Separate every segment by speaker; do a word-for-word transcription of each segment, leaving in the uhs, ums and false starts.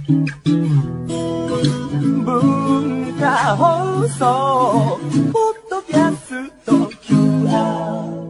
Speaker 1: 文化放送ポッドキャスト キューアール。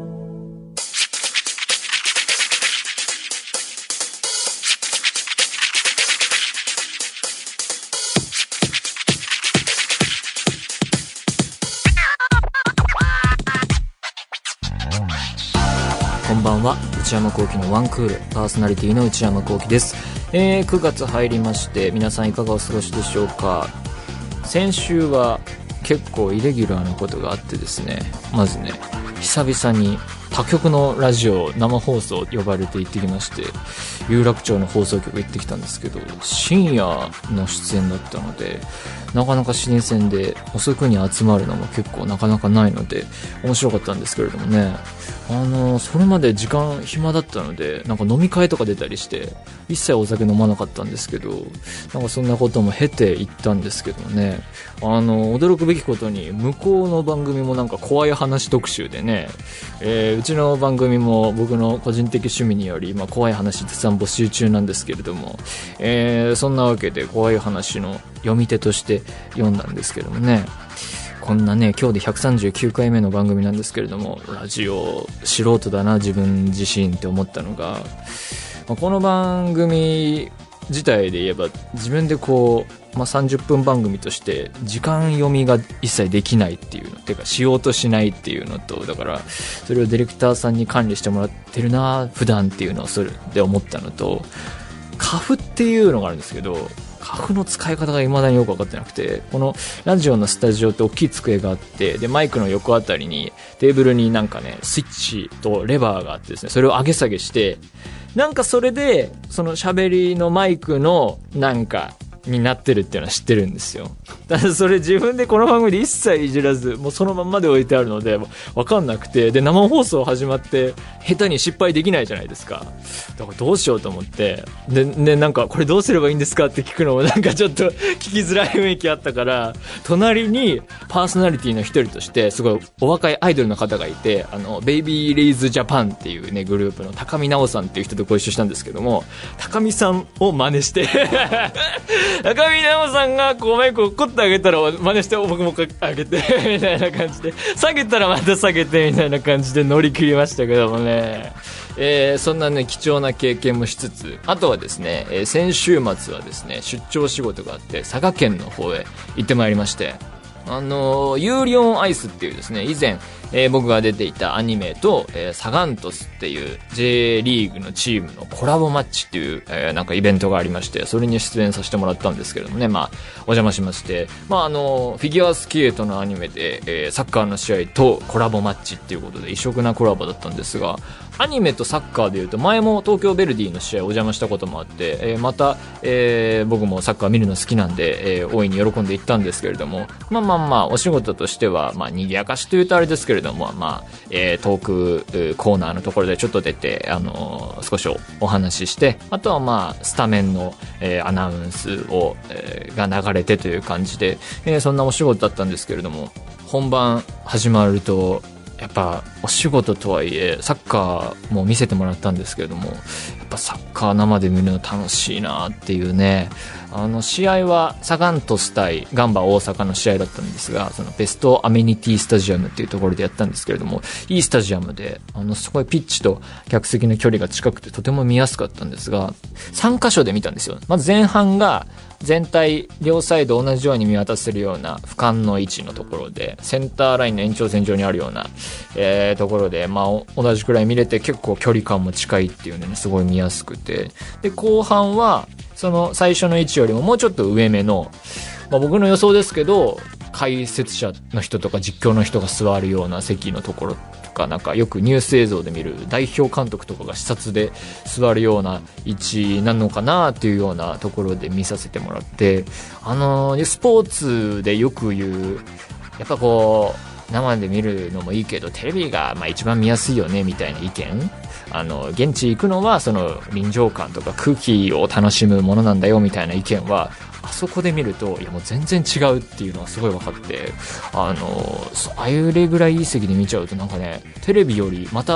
Speaker 2: こんばんは、内山聖輝のワンクールパーソナリティの内山聖輝です。えー、くがつ入りまして、皆さんいかがお過ごしでしょうか。先週は結構イレギュラーなことがあってですね、まずね、久々に他局のラジオ生放送呼ばれて行ってきまして、有楽町の放送局行ってきたんですけど、深夜の出演だったので、なかなか新鮮で遅くに集まるのも結構なかなかないので面白かったんですけれどもね、あのそれまで時間暇だったので、なんか飲み会とか出たりして一切お酒飲まなかったんですけど、なんかそんなことも経て行ったんですけどね、あの驚くべきことに向こうの番組もなんか怖い話特集でね、えー、うちの番組も僕の個人的趣味により、まあ、怖い話絶賛募集中なんですけれども、えー、そんなわけで怖い話の読み手として読んだんですけどもね、こんなね今日でひゃくさんじゅうきゅうかいめの番組なんですけれども、ラジオ素人だな自分自身って思ったのが、まあ、この番組自体で言えば自分でこう、まあ、さんじゅっぷん番組として時間読みが一切できないっていうのてかしようとしないっていうのと、だからそれをディレクターさんに管理してもらってるな普段っていうのをそれで思ったのと、カフっていうのがあるんですけど、カフの使い方が未だによく分かってなくて、このラジオのスタジオって大きい机があって、でマイクの横あたりにテーブルになんかねスイッチとレバーがあってですね、それを上げ下げして、なんかそれでその喋りのマイクのなんかになってるっていうのは知ってるんですよ。ただそれ自分でこの番組で一切いじらず、もうそのまんまで置いてあるので分かんなくて、で生放送始まって下手に失敗できないじゃないですか。だからどうしようと思って、で、でなんかこれどうすればいいんですかって聞くのもなんかちょっと聞きづらい雰囲気あったから、隣にパーソナリティの一人としてすごいお若いアイドルの方がいて、あのベイビーレイズジャパンっていうねグループの高見直さんっていう人とご一緒したんですけども、高見さんを真似して高見直さんがこうマイクをコッと上げたら真似して僕も上げてみたいな感じで、下げたらまた下げてみたいな感じで乗り切りましたけどもね、えー、そんなね貴重な経験もしつつ、あとはですね、えー、先週末はですね出張仕事があって佐賀県の方へ行ってまいりまして、あのー、ユーリオンアイスっていうですね、以前、えー、僕が出ていたアニメと、えー、サガントスっていう J リーグのチームのコラボマッチっていう、えー、なんかイベントがありまして、それに出演させてもらったんですけれどもね、まあお邪魔しまして、まああのー、フィギュアスケートのアニメで、えー、サッカーの試合とコラボマッチっていうことで異色なコラボだったんですが、アニメとサッカーでいうと前も東京ヴェルディの試合お邪魔したこともあって、えー、また、えー、僕もサッカー見るの好きなんで、えー、大いに喜んで行ったんですけれども、まあまあまあお仕事としてはまあ賑やかしというとあれですけれども、まあ、えー、トークコーナーのところでちょっと出て、あのー、少し お, お話しして、あとはまあスタメンの、えー、アナウンスを、えー、が流れてという感じで、えー、そんなお仕事だったんですけれども、本番始まるとやっぱお仕事とはいえサッカーも見せてもらったんですけれども、やっぱサッカー生で見るの楽しいなっていうね。あの試合はサガントス対ガンバ大阪の試合だったんですが、そのベストアメニティスタジアムっていうところでやったんですけれども、いいスタジアムで、あのすごいピッチと客席の距離が近くてとても見やすかったんですが、さんカ所で見たんですよ。まず前半が全体両サイド同じように見渡せるような俯瞰の位置のところで、センターラインの延長線上にあるような、えー、ところで、まあ同じくらい見れて結構距離感も近いっていうね、すごい見やすくて、で後半はその最初の位置よりももうちょっと上目の、まあ、僕の予想ですけど解説者の人とか実況の人が座るような席のところとか、なんかよくニュース映像で見る代表監督とかが視察で座るような位置なのかなっていうようなところで見させてもらって、あのー、スポーツでよく言うやっぱこう生で見るのもいいけどテレビがまあ一番見やすいよねみたいな意見、あの現地行くのはその臨場感とか空気を楽しむものなんだよみたいな意見は、あそこで見るといやもう全然違うっていうのがすごい分かって、あのああいう例ぐらいいい席で見ちゃうとなんかね、テレビよりまた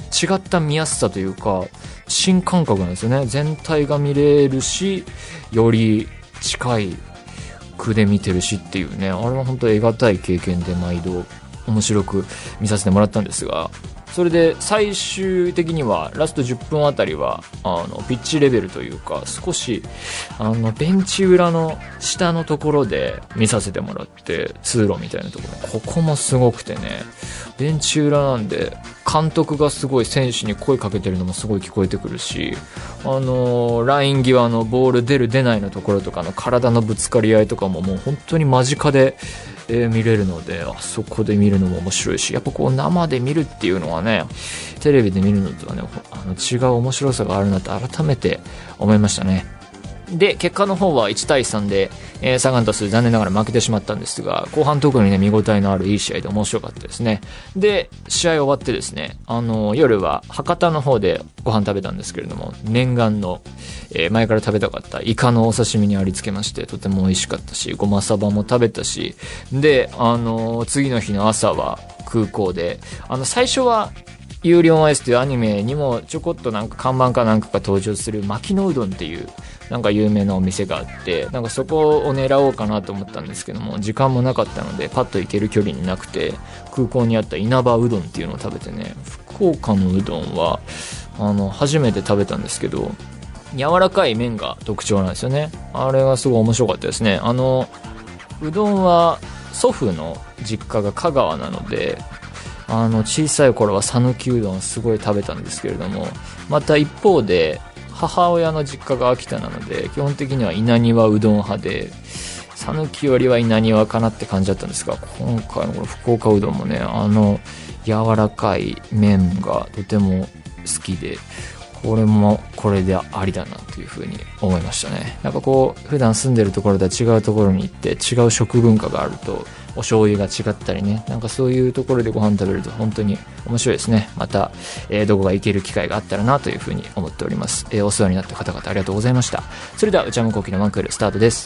Speaker 2: 違った見やすさというか、新感覚なんですよね。全体が見れるし、より近い句で見てるしっていうね、あれは本当に得難い経験で毎度面白く見させてもらったんですが、それで最終的にはラストじゅっぷんあたりはあのピッチレベルというか、少しあのベンチ裏の下のところで見させてもらって、通路みたいなところ、ここもすごくてね、ベンチ裏なんで監督がすごい選手に声かけてるのもすごい聞こえてくるし、あのライン際のボール出る出ないのところとかの体のぶつかり合いとかももう本当に間近でえー、見れるので、あそこで見るのも面白いし、やっぱこう生で見るっていうのはね、テレビで見るのとはね、あの違う面白さがあるなと改めて思いましたね。で、結果の方はいちたいさんで、えー、サガン鳥栖残念ながら負けてしまったんですが、後半特にね、見応えのあるいい試合で面白かったですね。で、試合終わってですね、あの、夜は博多の方でご飯食べたんですけれども、念願の、えー、前から食べたかったイカのお刺身にありつけまして、とても美味しかったし、ごまさばも食べたし、で、あの、次の日の朝は空港で、あの、最初は、有料アイスというアニメにもちょこっとなんか看板かなんかが登場する牧野うどんっていうなんか有名なお店があって、なんかそこを狙おうかなと思ったんですけども、時間もなかったのでパッと行ける距離になくて、空港にあった稲葉うどんっていうのを食べてね、福岡のうどんはあの初めて食べたんですけど、柔らかい麺が特徴なんですよね。あれがすごい面白かったですね。あのうどんは祖父の実家が香川なので、あの小さい頃は讃岐うどんすごい食べたんですけれども、また一方で母親の実家が秋田なので、基本的には稲庭うどん派で、讃岐よりは稲庭かなって感じだったんですが、今回のこの福岡うどんもね、あの柔らかい麺がとても好きで、これもこれでありだなというふうに思いましたね。なんかこう普段住んでるところとは違うところに行って違う食文化があると、お醤油が違ったりね、なんかそういうところでご飯食べると本当に面白いですね。また、えー、どこが行ける機会があったらなというふうに思っております。えー、お世話になった方々ありがとうございました。それでは内山聖輝のワンクールスタートです。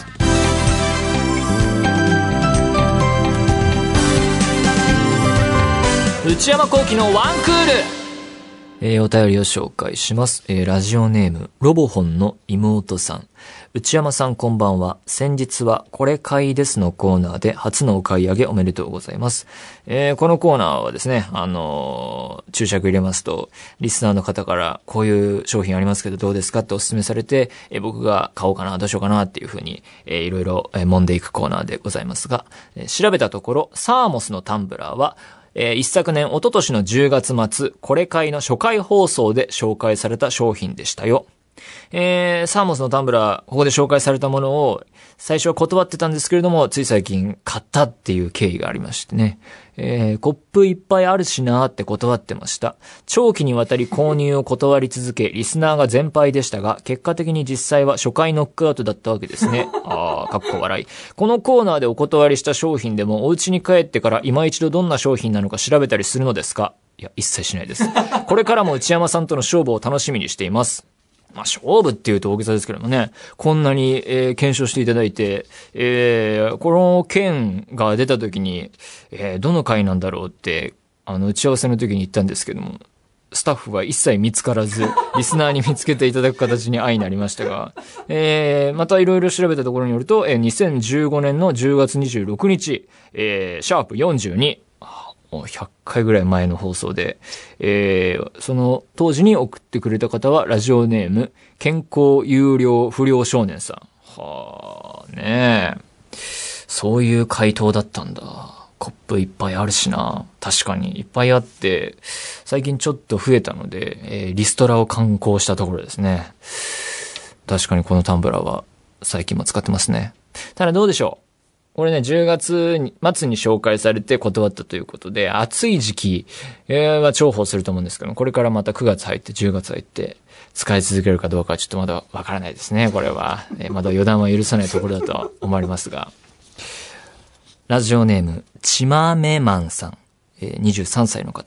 Speaker 2: 内山聖輝のワンクール、えー、お便りを紹介します。えー、ラジオネームロボホンの妹さん。内山さんこんばんは。先日はこれ買いですのコーナーで初のお買い上げおめでとうございます。えー、このコーナーはですね、あのー、注釈入れますと、リスナーの方からこういう商品ありますけどどうですかってお勧めされて、えー、僕が買おうかな、どうしようかなっていうふうに、えー、いろいろ、えー、揉んでいくコーナーでございますが、えー、調べたところ、サーモスのタンブラーは、えー、一昨年、一昨年のじゅうがつ末、これ買いの初回放送で紹介された商品でしたよ。えー、サーモスのタンブラー、ここで紹介されたものを最初は断ってたんですけれども、つい最近買ったっていう経緯がありましてね。えー、コップいっぱいあるしなーって断ってました。長期にわたり購入を断り続け、リスナーが全敗でしたが、結果的に実際は初回ノックアウトだったわけですね。あー、かっこ笑い。このコーナーでお断りした商品でも、お家に帰ってから今一度どんな商品なのか調べたりするのですか？いや、一切しないです。これからも内山さんとの勝負を楽しみにしています。まあ、勝負っていうと大げさですけどもね、こんなに、えー、検証していただいて、えー、この件が出た時に、えー、どの回なんだろうって、あの、打ち合わせの時に言ったんですけども、スタッフは一切見つからず、リスナーに見つけていただく形に相なりましたが、えー、またいろいろ調べたところによると、えー、にせんじゅうごねんのじゅうがつにじゅうろくにち、えー、シャープよんじゅうに、もうひゃっかいぐらい前の放送で、えー、その当時に送ってくれた方はラジオネーム健康有料不良少年さん。はあねえ、そういう回答だったんだ。コップいっぱいあるしな。確かにいっぱいあって最近ちょっと増えたので、えー、リストラを刊行したところですね。確かにこのタンブラーは最近も使ってますね。ただどうでしょう、これね、じゅうがつ末に紹介されて断ったということで、暑い時期は重宝すると思うんですけど、これからまたくがつ入ってじゅうがつ入って使い続けるかどうかはちょっとまだわからないですね。これは、えー、まだ予断は許さないところだとは思われますが。ラジオネームちまめまんさん、えー、にじゅうさんさいの方。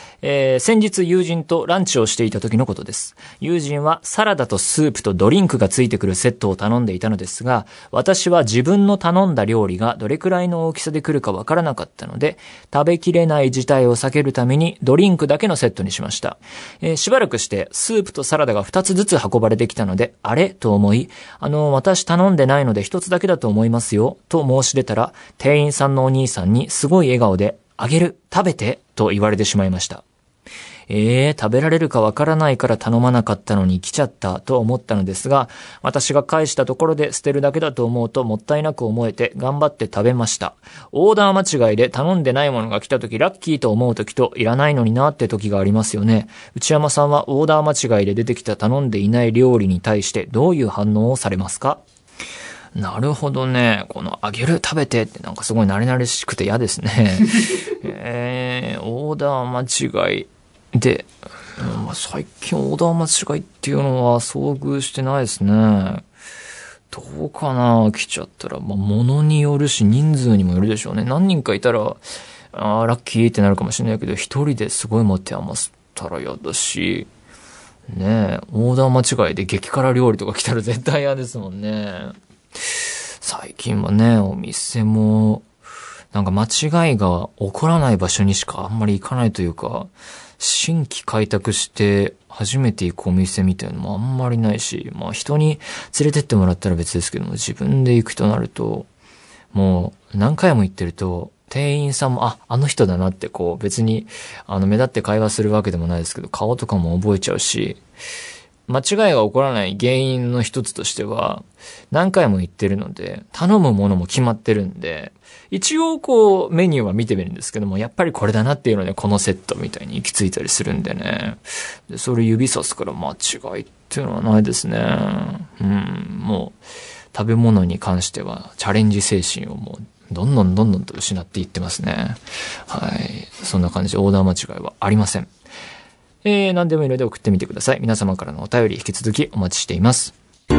Speaker 2: えー、先日友人とランチをしていた時のことです。友人はサラダとスープとドリンクがついてくるセットを頼んでいたのですが、私は自分の頼んだ料理がどれくらいの大きさで来るかわからなかったので、食べきれない事態を避けるためにドリンクだけのセットにしました。えー、しばらくしてスープとサラダがふたつずつ運ばれてきたので、あれと思い、あの、私頼んでないのでひとつだけだと思いますよ、と申し出たら、店員さんのお兄さんにすごい笑顔で、あげる、食べて、と言われてしまいました。えー、食べられるかわからないから頼まなかったのに来ちゃったと思ったのですが、私が返したところで捨てるだけだと思うともったいなく思えて頑張って食べました。オーダー間違いで頼んでないものが来た時ラッキーと思う時といらないのになって時がありますよね。内山さんはオーダー間違いで出てきた頼んでいない料理に対してどういう反応をされますか？なるほどね。このあげる食べてってなんかすごい慣れ慣れしくて嫌ですね。えー、オーダー間違いで、うん、最近オーダー間違いっていうのは遭遇してないですね。どうかな、来ちゃったら。まあ、物によるし、人数にもよるでしょうね。何人かいたら、あーラッキーってなるかもしれないけど、一人ですごい持って余ったら嫌だし、ねえ、オーダー間違いで激辛料理とか来たら絶対嫌ですもんね。最近はね、お店も、なんか間違いが起こらない場所にしかあんまり行かないというか、新規開拓して初めて行くお店みたいなのもあんまりないし、まあ人に連れてってもらったら別ですけども、自分で行くとなると、もう何回も行ってると、店員さんも、あ、あの人だなってこう別に、あの目立って会話するわけでもないですけど、顔とかも覚えちゃうし、間違いが起こらない原因の一つとしては、何回も言ってるので、頼むものも決まってるんで、一応こうメニューは見てみるんですけども、やっぱりこれだなっていうのでこのセットみたいに行き着いたりするんでね。で、それ指さすから間違いっていうのはないですね。うん、もう食べ物に関してはチャレンジ精神をもうどんどんどんどんと失っていってますね。はい。そんな感じでオーダー間違いはありません。えー、何でもいいので送ってみてください。皆様からのお便り引き続きお待ちしています。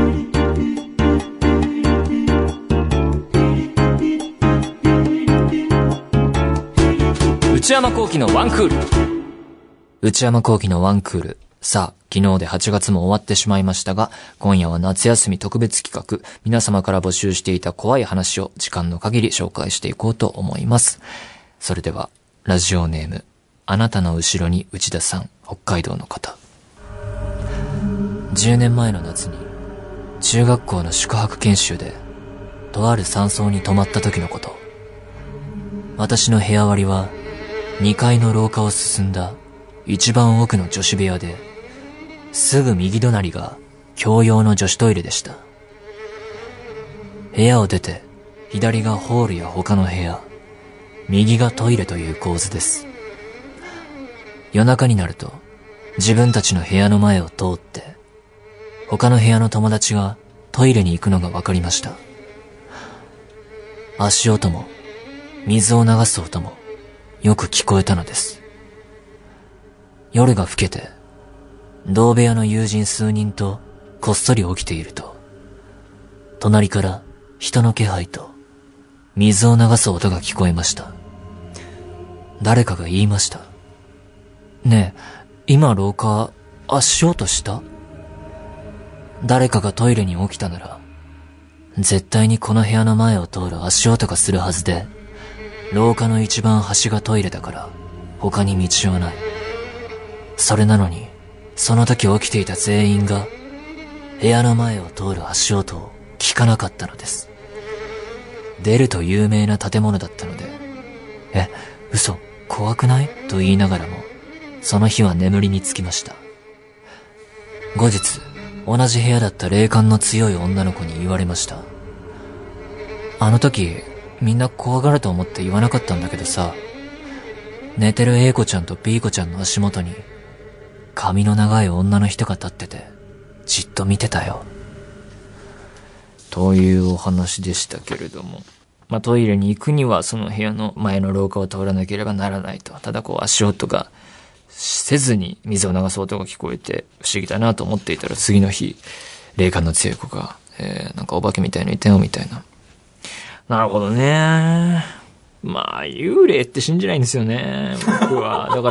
Speaker 2: 内山聖輝のワンクール。内山聖輝のワンクール。さあ、昨日ではちがつも終わってしまいましたが、今夜は夏休み特別企画、皆様から募集していた怖い話を時間の限り紹介していこうと思います。それでは、ラジオネーム、あなたの後ろに内田さん、北海道の方。じゅうねんまえの夏に、中学校の宿泊研修で、とある山荘に泊まった時のこと。私の部屋割りは、にかいの廊下を進んだ一番奥の女子部屋で、すぐ右隣が共用の女子トイレでした。部屋を出て、左がホールや他の部屋、右がトイレという構図です。夜中になると、自分たちの部屋の前を通って、他の部屋の友達がトイレに行くのが分かりました。足音も、水を流す音も、よく聞こえたのです。夜が更けて、同部屋の友人数人とこっそり起きていると、隣から人の気配と水を流す音が聞こえました。誰かが言いました。ねえ、今廊下、足音した？誰かがトイレに起きたなら、絶対にこの部屋の前を通る足音がするはずで、廊下の一番端がトイレだから、他に道はない。それなのに、その時起きていた全員が、部屋の前を通る足音を聞かなかったのです。出ると有名な建物だったので、え、嘘、怖くない？と言いながらも、その日は眠りにつきました。後日、同じ部屋だった霊感の強い女の子に言われました。あの時、みんな怖がると思って言わなかったんだけどさ、寝てる A 子ちゃんと B 子ちゃんの足元に、髪の長い女の人が立ってて、じっと見てたよ。というお話でしたけれども。まあ、トイレに行くにはその部屋の前の廊下を通らなければならないと。ただこう足音がせずに水を流す音が聞こえて不思議だなと思っていたら、次の日、霊感の強い子が、えー、なんかお化けみたいのいたよみたいな。なるほどね。 まあ、幽霊って信じないんですよね、僕は。だから、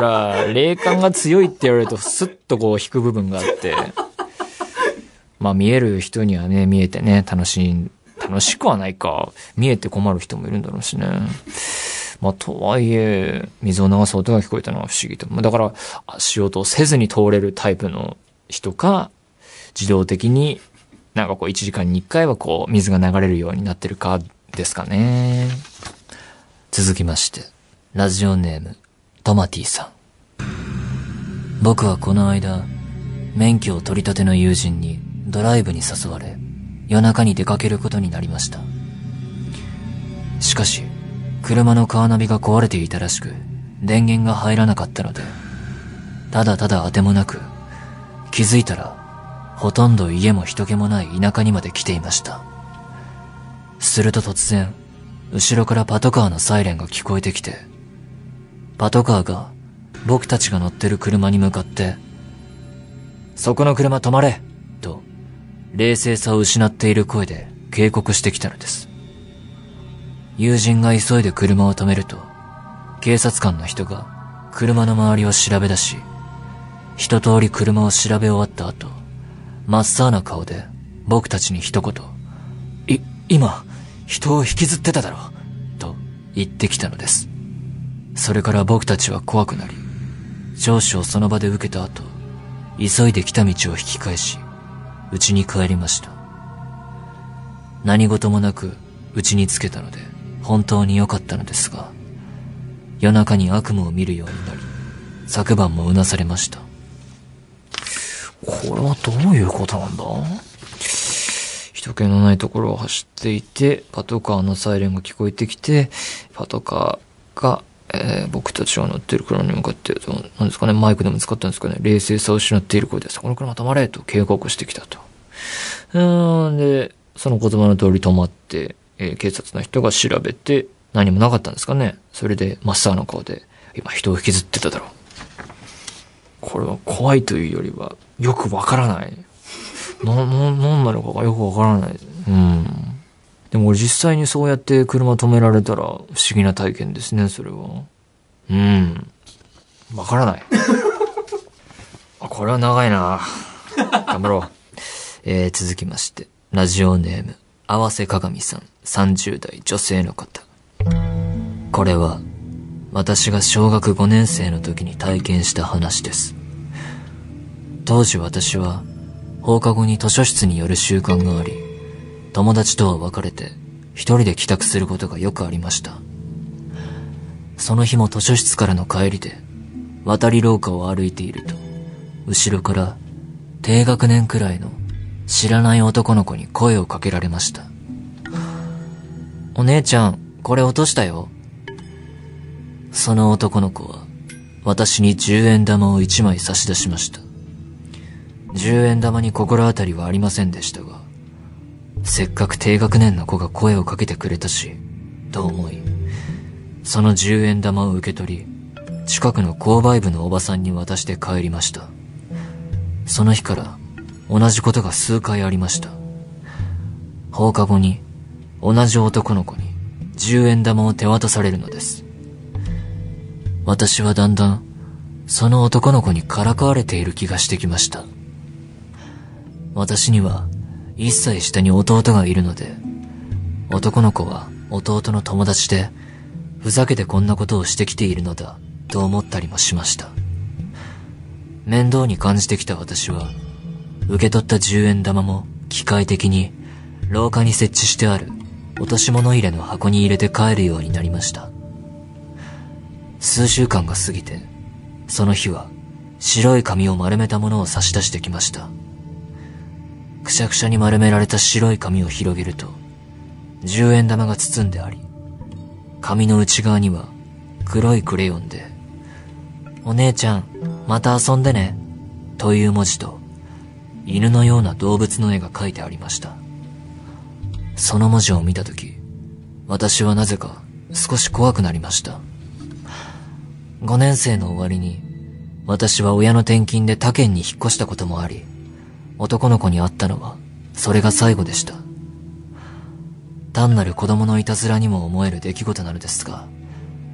Speaker 2: 霊感が強いって言われると、スッとこう引く部分があって。まあ、見える人にはね、見えてね、楽しい、楽しくはないか。見えて困る人もいるんだろうしね。まあ、とはいえ、水を流す音が聞こえたのは不思議と。だから、足音をせずに通れるタイプの人か、自動的になんかこういちじかんにいっかいはこう水が流れるようになってるかですかね。続きまして、ラジオネーム、トマティさん。僕はこの間、免許を取り立ての友人にドライブに誘われ、夜中に出かけることになりました。しかし、車のカーナビが壊れていたらしく、電源が入らなかったので、ただただ当てもなく、気づいたら、ほとんど家も人気もない田舎にまで来ていました。すると突然、後ろからパトカーのサイレンが聞こえてきて、パトカーが僕たちが乗ってる車に向かって、そこの車止まれと、冷静さを失っている声で警告してきたのです。友人が急いで車を止めると、警察官の人が車の周りを調べ出し、一通り車を調べ終わった後、真っ青な顔で僕たちに一言、い、今、人を引きずってただろ、と言ってきたのです。それから僕たちは怖くなり、聴取をその場で受けた後、急いで来た道を引き返し、家に帰りました。何事もなく家に着けたので、本当に良かったのですが、夜中に悪夢を見るようになり、昨晩もうなされました。これはどういうことなんだ？人気のないところを走っていて、パトカーのサイレンが聞こえてきて、パトカーが、えー、僕たちが乗っている車に向かって、何ですかね、マイクでも使ったんですかね、冷静さを失っている声で、そこの車止まれと警告してきたと。うーんで、その言葉の通り止まって、えー、警察の人が調べて、何もなかったんですかね。それで真っ青な顔で、今人を引きずってただろう。これは怖いというよりは、よくわからない。な、な、なんなのかがよくわからない。うん。でも俺実際にそうやって車止められたら不思議な体験ですね、それは。うん。わからない。あ、これは長いな。頑張ろう。えー、続きまして、ラジオネーム、合わせ鏡さん、さんじゅう代女性の方。これは、私が小学ごねん生の時に体験した話です。当時私は放課後に図書室に寄る習慣があり、友達とは別れて一人で帰宅することがよくありました。その日も図書室からの帰りで渡り廊下を歩いていると、後ろから低学年くらいの知らない男の子に声をかけられました。お姉ちゃん、これ落としたよ。その男の子は私にじゅうえん玉をいちまい差し出しました。じゅうえん玉に心当たりはありませんでしたが、せっかく低学年の子が声をかけてくれたし、と思い、そのじゅうえん玉を受け取り、近くの購買部のおばさんに渡して帰りました。その日から同じことが数回ありました。放課後に同じ男の子にじゅうえん玉を手渡されるのです。私はだんだんその男の子にからかわれている気がしてきました。私にはいっさい下に弟がいるので、男の子は弟の友達で、ふざけてこんなことをしてきているのだと思ったりもしました。面倒に感じてきた私は、受け取ったじゅうえん玉も機械的に廊下に設置してある落とし物入れの箱に入れて帰るようになりました。数週間が過ぎて、その日は白い紙を丸めたものを差し出してきました。くしゃくしゃに丸められた白い紙を広げると、じゅうえん玉が包んであり、紙の内側には黒いクレヨンで、お姉ちゃん、また遊んでね、という文字と、犬のような動物の絵が描いてありました。その文字を見たとき、私はなぜか少し怖くなりました。ごねん生の終わりに、私は親の転勤で他県に引っ越したこともあり、男の子に会ったのは、それが最後でした。単なる子供のいたずらにも思える出来事なのですが、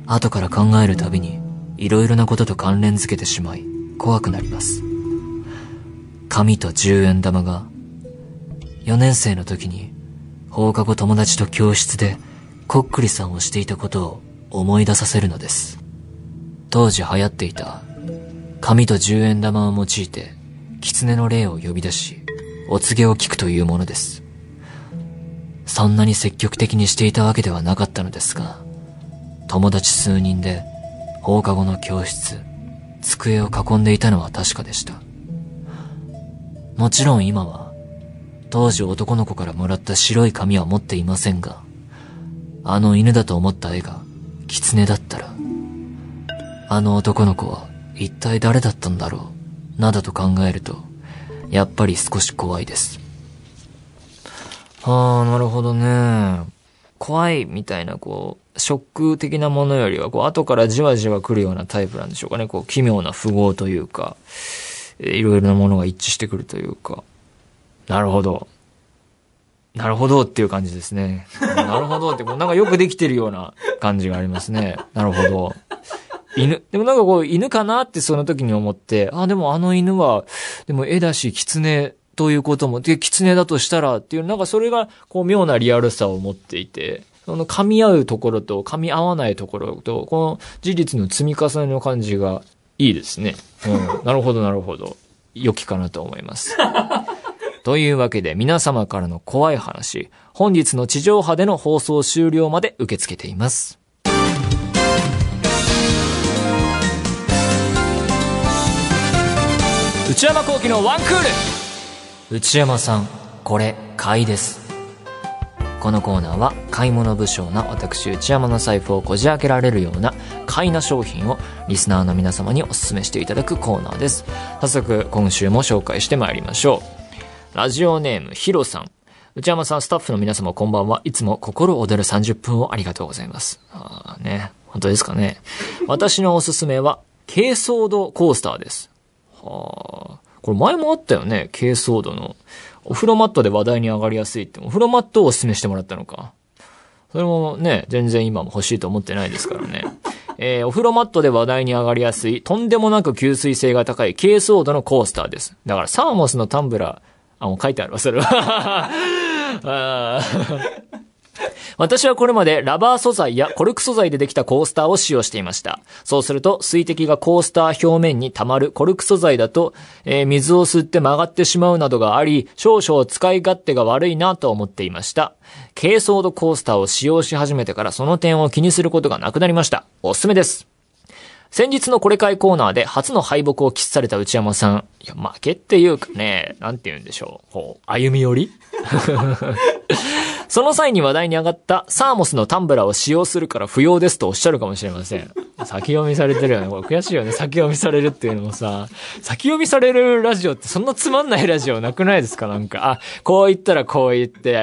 Speaker 2: 後から考えるたびにいろいろなことと関連づけてしまい怖くなります。紙とじゅうえん玉がよねん生の時に放課後友達と教室でこっくりさんをしていたことを思い出させるのです。当時流行っていた紙とじゅうえん玉を用いて狐の霊を呼び出しお告げを聞くというものです。そんなに積極的にしていたわけではなかったのですが、友達数人で放課後の教室、机を囲んでいたのは確かでした。もちろん今は当時男の子からもらった白い紙は持っていませんが、あの犬だと思った絵が狐だったら、あの男の子は一体誰だったんだろうなどと考えるとやっぱり少し怖いです。ああ、なるほどね。怖いみたいなこうショック的なものよりはこう後からじわじわ来るようなタイプなんでしょうかね。こう奇妙な符号というか、えー、いろいろなものが一致してくるというか。なるほど。なるほどっていう感じですね。なるほどってこうなんかよくできてるような感じがありますね。なるほど。犬。でもなんかこう犬かなってその時に思って、あ、でもあの犬は、でも絵だし狐ということも、で、狐だとしたらっていう、なんかそれがこう妙なリアルさを持っていて、その噛み合うところと噛み合わないところと、この事実の積み重ねの感じがいいですね。うん。なるほどなるほど。良きかなと思います。というわけで皆様からの怖い話、本日の地上波での放送終了まで受け付けています。内山聖輝のワンクール。内山さん、これ買いです。このコーナーは買い物不詳な私内山の財布をこじ開けられるような買いな商品をリスナーの皆様にお勧めしていただくコーナーです。早速今週も紹介してまいりましょう。ラジオネームヒロさん。内山さん、スタッフの皆様こんばんは。いつも心躍るさんじゅっぷんをありがとうございます。あーね、本当ですかね。私のおすすめは珪藻土コースターです。はあ、これ前もあったよね。珪藻土のお風呂マットで話題に上がりやすいって、お風呂マットをお勧めしてもらったのか。それもね、全然今も欲しいと思ってないですからね。えー、お風呂マットで話題に上がりやすい、とんでもなく吸水性が高い珪藻土のコースターです。だからサーモスのタンブラー、あ、もう書いてあるわ、それは。あ私はこれまでラバー素材やコルク素材でできたコースターを使用していました。そうすると水滴がコースター表面に溜まるコルク素材だと、えー、水を吸って曲がってしまうなどがあり、少々使い勝手が悪いなと思っていました。珪藻土コースターを使用し始めてからその点を気にすることがなくなりました。おすすめです。先日のこれ買いコーナーで初の敗北を喫された内山さん。いや、負けっていうかね、なんて言うんでしょう。こう、歩み寄りその際に話題に上がったサーモスのタンブラーを使用するから不要ですとおっしゃるかもしれません。先読みされてるよね。これ悔しいよね。先読みされるっていうのもさ、先読みされるラジオってそんなつまんないラジオなくないですか？なんか、あ、こう言ったらこう言って、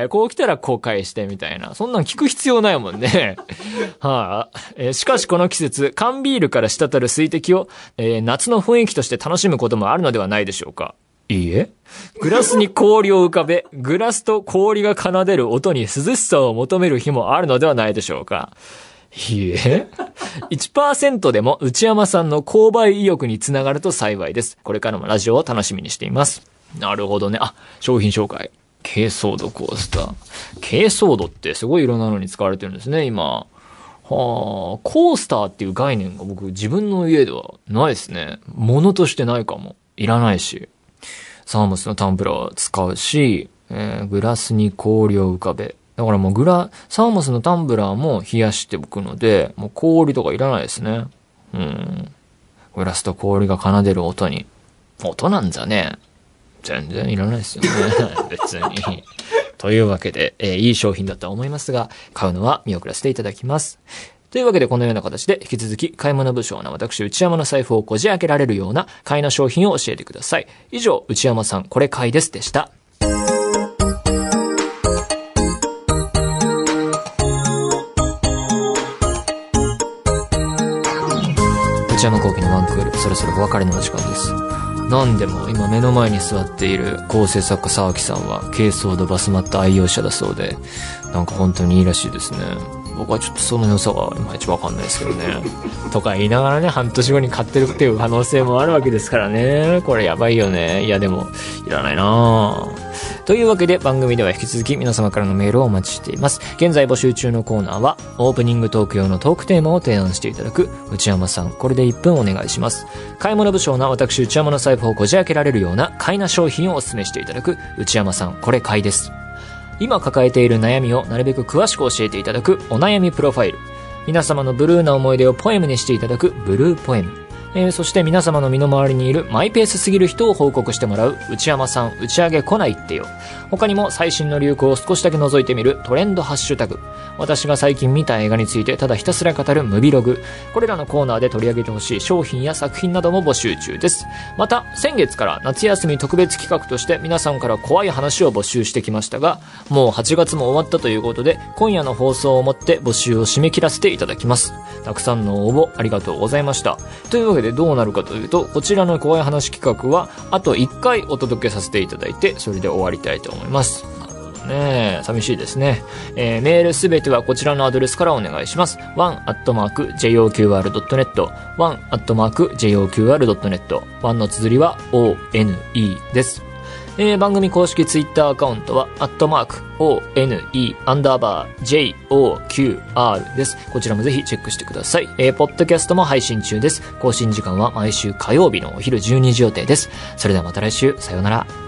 Speaker 2: こう来たらこう返してみたいな。そんなん聞く必要ないもんね。はあ、えー、しかしこの季節、缶ビールから滴る水滴を、えー、夏の雰囲気として楽しむこともあるのではないでしょうか。いいえ。グラスに氷を浮かべ、グラスと氷が奏でる音に涼しさを求める日もあるのではないでしょうか。いいえ。いちパーセント でも内山さんの購買意欲につながると幸いです。これからもラジオを楽しみにしています。なるほどね。あ、商品紹介。珪藻土コースター。珪藻土ってすごいいろんなのに使われてるんですね、今。はあ、コースターっていう概念が僕自分の家ではないですね。物としてないかも。いらないし。サーモスのタンブラー使うし、えー、グラスに氷を浮かべ。だからもうグラ、サーモスのタンブラーも冷やしておくので、もう氷とかいらないですね。うん。グラスと氷が奏でる音に。音なんじゃね。全然いらないですよね。別に。というわけで、えー、いい商品だとは思いますが、買うのは見送らせていただきます。というわけでこのような形で引き続き買い物不詳な私内山の財布をこじ開けられるような買いの商品を教えてください。以上、内山さんこれ買いですでした。内山聖輝のワンクール、そろそろお別れのお時間です。なんでも今目の前に座っている構成作家沢木さんは珪藻土バスマット愛用者だそうで、なんか本当にいいらしいですね。 僕はちょっとその良さはいまいちわかんないですけどね。とか言いながらね、半年後に買ってるっていう可能性もあるわけですからね。これやばいよね。いやでも、いらないなぁ。というわけで番組では引き続き皆様からのメールをお待ちしています。現在募集中のコーナーは、オープニングトーク用のトークテーマを提案していただく内山さん、これでいっぷんお願いします。買い物不詳な私内山の財布をこじ開けられるような買いな商品をお勧めしていただく内山さん、これ買いです。今抱えている悩みをなるべく詳しく教えていただくお悩みプロファイル。皆様のブルーな思い出をポエムにしていただくブルーポエム。えー、そして皆様の身の回りにいるマイペースすぎる人を報告してもらう内山さん打ち上げ来ないってよ。他にも最新の流行を少しだけ覗いてみるトレンドハッシュタグ。私が最近見た映画についてただひたすら語るムビログ。これらのコーナーで取り上げてほしい商品や作品なども募集中です。また先月から夏休み特別企画として皆さんから怖い話を募集してきましたが、もうはちがつも終わったということで今夜の放送をもって募集を締め切らせていただきます。たくさんの応募ありがとうございました。というわけでどうなるかというと、こちらの怖い話企画はあといっかいお届けさせていただいて、それで終わりたいと思います。ねえ、寂しいですね。えー、メールすべてはこちらのアドレスからお願いします。ワン アットマーク ジェイオーキューアール ドットネット ワン アットマーク ジェイオーキューアール ドットネット ワンの綴りは オーエヌイー です。えー、番組公式ツイッターアカウントは、アットマーク、オーエヌイー、アンダーバー、ジェイオーキューアール です。こちらもぜひチェックしてください。えー、ポッドキャストも配信中です。更新時間は毎週火曜日のお昼じゅうにじ予定です。それではまた来週、さようなら。